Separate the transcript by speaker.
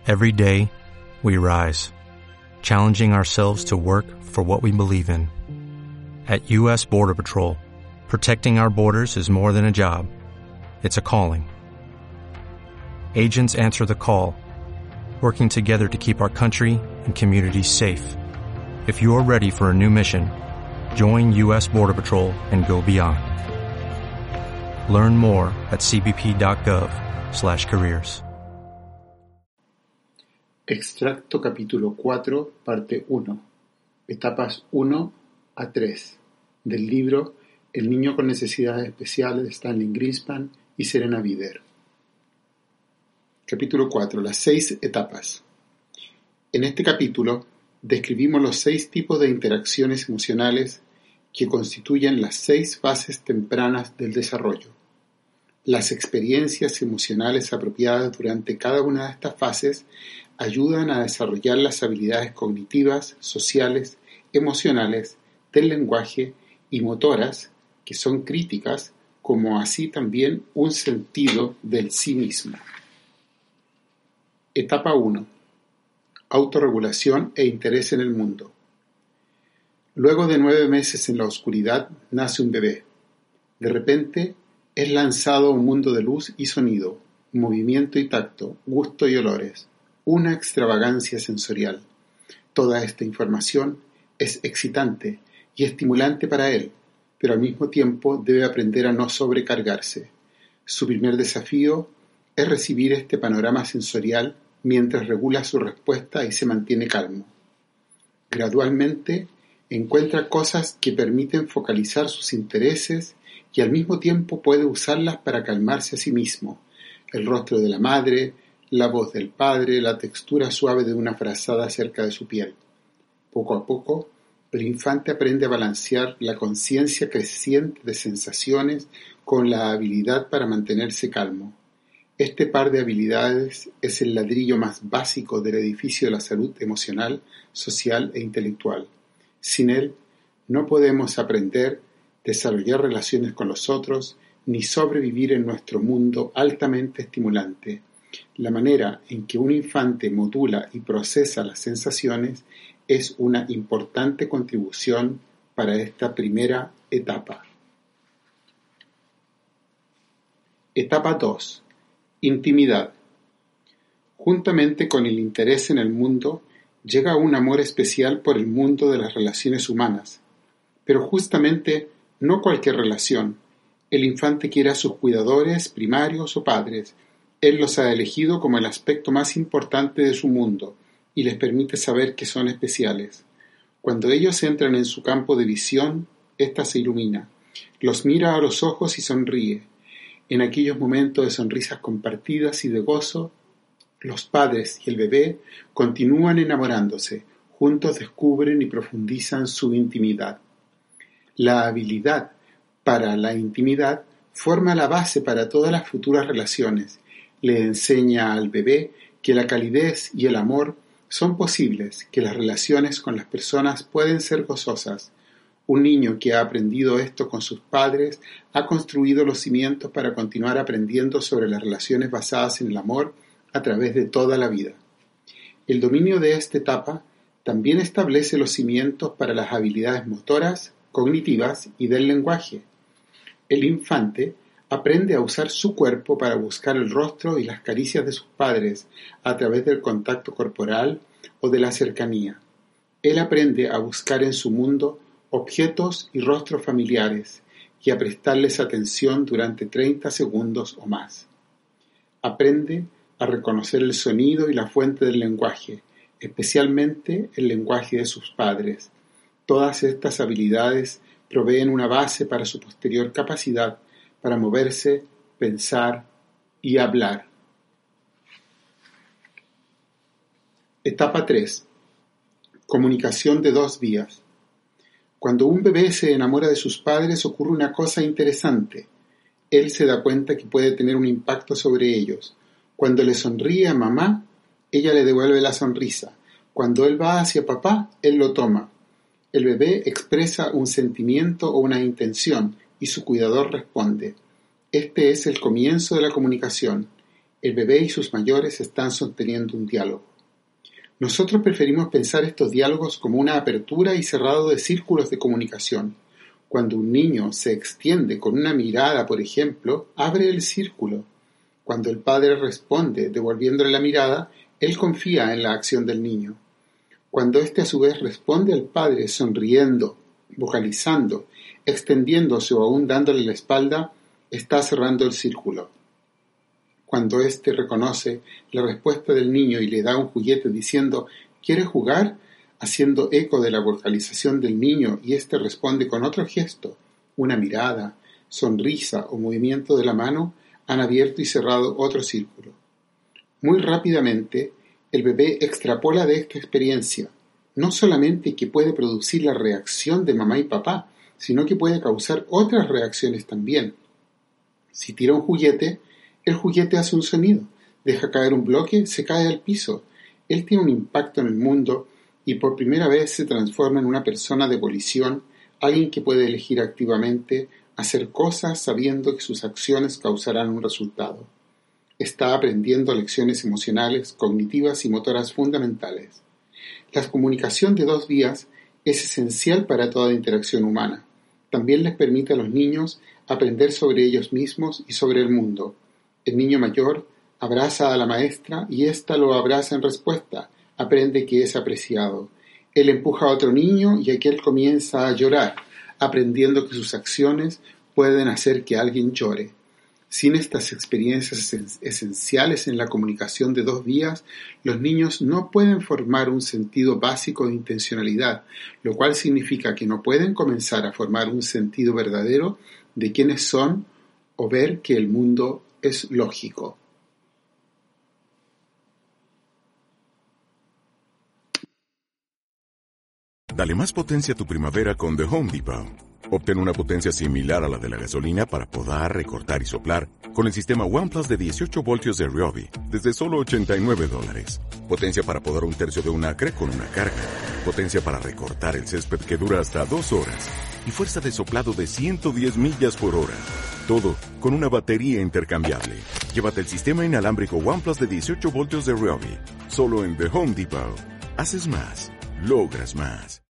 Speaker 1: Every day, we rise, challenging ourselves to work for what we believe in. At U.S. Border Patrol, protecting our borders is more than a job. It's a calling. Agents answer the call, working together to keep our country and communities safe. If you're ready for a new mission, join U.S. Border Patrol and go beyond. Learn more at cbp.gov/careers.
Speaker 2: Extracto capítulo 4, parte 1, etapas 1 a 3, del libro El niño con necesidades especiales de Stanley Greenspan y Serena Bider. Capítulo 4, las 6 etapas. En este capítulo describimos los 6 tipos de interacciones emocionales que constituyen las 6 fases tempranas del desarrollo. Las experiencias emocionales apropiadas durante cada una de estas fases ayudan a desarrollar las habilidades cognitivas, sociales, emocionales, del lenguaje y motoras, que son críticas, como así también un sentido del sí mismo. Etapa 1. Autorregulación e interés en el mundo. Luego de 9 meses en la oscuridad, nace un bebé. De repente, es lanzado a un mundo de luz y sonido, movimiento y tacto, gusto y olores, una extravagancia sensorial. Toda esta información es excitante y estimulante para él, pero al mismo tiempo debe aprender a no sobrecargarse. Su primer desafío es recibir este panorama sensorial mientras regula su respuesta y se mantiene calmo. Gradualmente encuentra cosas que permiten focalizar sus intereses y al mismo tiempo puede usarlas para calmarse a sí mismo. El rostro de la madre, la voz del padre, la textura suave de una frazada cerca de su piel. Poco a poco, el infante aprende a balancear la conciencia creciente de sensaciones con la habilidad para mantenerse calmo. Este par de habilidades es el ladrillo más básico del edificio de la salud emocional, social e intelectual. Sin él, no podemos aprender, desarrollar relaciones con los otros, ni sobrevivir en nuestro mundo altamente estimulante. La manera en que un infante modula y procesa las sensaciones es una importante contribución para esta primera etapa. Etapa 2. Intimidad. Juntamente con el interés en el mundo, llega un amor especial por el mundo de las relaciones humanas. Pero justamente no cualquier relación. El infante quiere a sus cuidadores, primarios o padres. Él los ha elegido como el aspecto más importante de su mundo y les permite saber que son especiales. Cuando ellos entran en su campo de visión, ésta se ilumina. Los mira a los ojos y sonríe. En aquellos momentos de sonrisas compartidas y de gozo, los padres y el bebé continúan enamorándose. Juntos descubren y profundizan su intimidad. La habilidad para la intimidad forma la base para todas las futuras relaciones. Le enseña al bebé que la calidez y el amor son posibles, que las relaciones con las personas pueden ser gozosas. Un niño que ha aprendido esto con sus padres ha construido los cimientos para continuar aprendiendo sobre las relaciones basadas en el amor a través de toda la vida. El dominio de esta etapa también establece los cimientos para las habilidades motoras, cognitivas y del lenguaje. El infante aprende a usar su cuerpo para buscar el rostro y las caricias de sus padres a través del contacto corporal o de la cercanía. Él aprende a buscar en su mundo objetos y rostros familiares y a prestarles atención durante 30 segundos o más. Aprende a reconocer el sonido y la fuente del lenguaje, especialmente el lenguaje de sus padres. Todas estas habilidades proveen una base para su posterior capacidad para moverse, pensar y hablar. Etapa 3. Comunicación de 2 vías. Cuando un bebé se enamora de sus padres ocurre una cosa interesante. Él se da cuenta que puede tener un impacto sobre ellos. Cuando le sonríe a mamá, ella le devuelve la sonrisa. Cuando él va hacia papá, él lo toma. El bebé expresa un sentimiento o una intención y su cuidador responde. Este es el comienzo de la comunicación. El bebé y sus mayores están sosteniendo un diálogo. Nosotros preferimos pensar estos diálogos como una apertura y cerrado de círculos de comunicación. Cuando un niño se extiende con una mirada, por ejemplo, abre el círculo. Cuando el padre responde devolviéndole la mirada, él confía en la acción del niño. Cuando éste a su vez responde al padre sonriendo, vocalizando, extendiéndose o aún dándole la espalda, está cerrando el círculo. Cuando éste reconoce la respuesta del niño y le da un juguete diciendo ¿quieres jugar?, haciendo eco de la vocalización del niño, y éste responde con otro gesto, una mirada, sonrisa o movimiento de la mano, han abierto y cerrado otro círculo. Muy rápidamente, el bebé extrapola de esta experiencia, no solamente que puede producir la reacción de mamá y papá, sino que puede causar otras reacciones también. Si tira un juguete, el juguete hace un sonido, deja caer un bloque, se cae al piso. Él tiene un impacto en el mundo y por primera vez se transforma en una persona de volición, alguien que puede elegir activamente hacer cosas sabiendo que sus acciones causarán un resultado. Está aprendiendo lecciones emocionales, cognitivas y motoras fundamentales. La comunicación de dos vías es esencial para toda interacción humana. También les permite a los niños aprender sobre ellos mismos y sobre el mundo. El niño mayor abraza a la maestra y ésta lo abraza en respuesta. Aprende que es apreciado. Él empuja a otro niño y aquel comienza a llorar, aprendiendo que sus acciones pueden hacer que alguien llore. Sin estas experiencias esenciales en la comunicación de dos vías, los niños no pueden formar un sentido básico de intencionalidad, lo cual significa que no pueden comenzar a formar un sentido verdadero de quiénes son o ver que el mundo es lógico.
Speaker 3: Dale más potencia a tu primavera con The Home Depot. Obtén una potencia similar a la de la gasolina para podar, recortar y soplar con el sistema OnePlus de 18 voltios de Ryobi desde solo $89. Potencia para podar un tercio de un acre con una carga. Potencia para recortar el césped que dura hasta 2 horas. Y fuerza de soplado de 110 millas por hora. Todo con una batería intercambiable. Llévate el sistema inalámbrico OnePlus de 18 voltios de Ryobi. Solo en The Home Depot. Haces más. Logras más.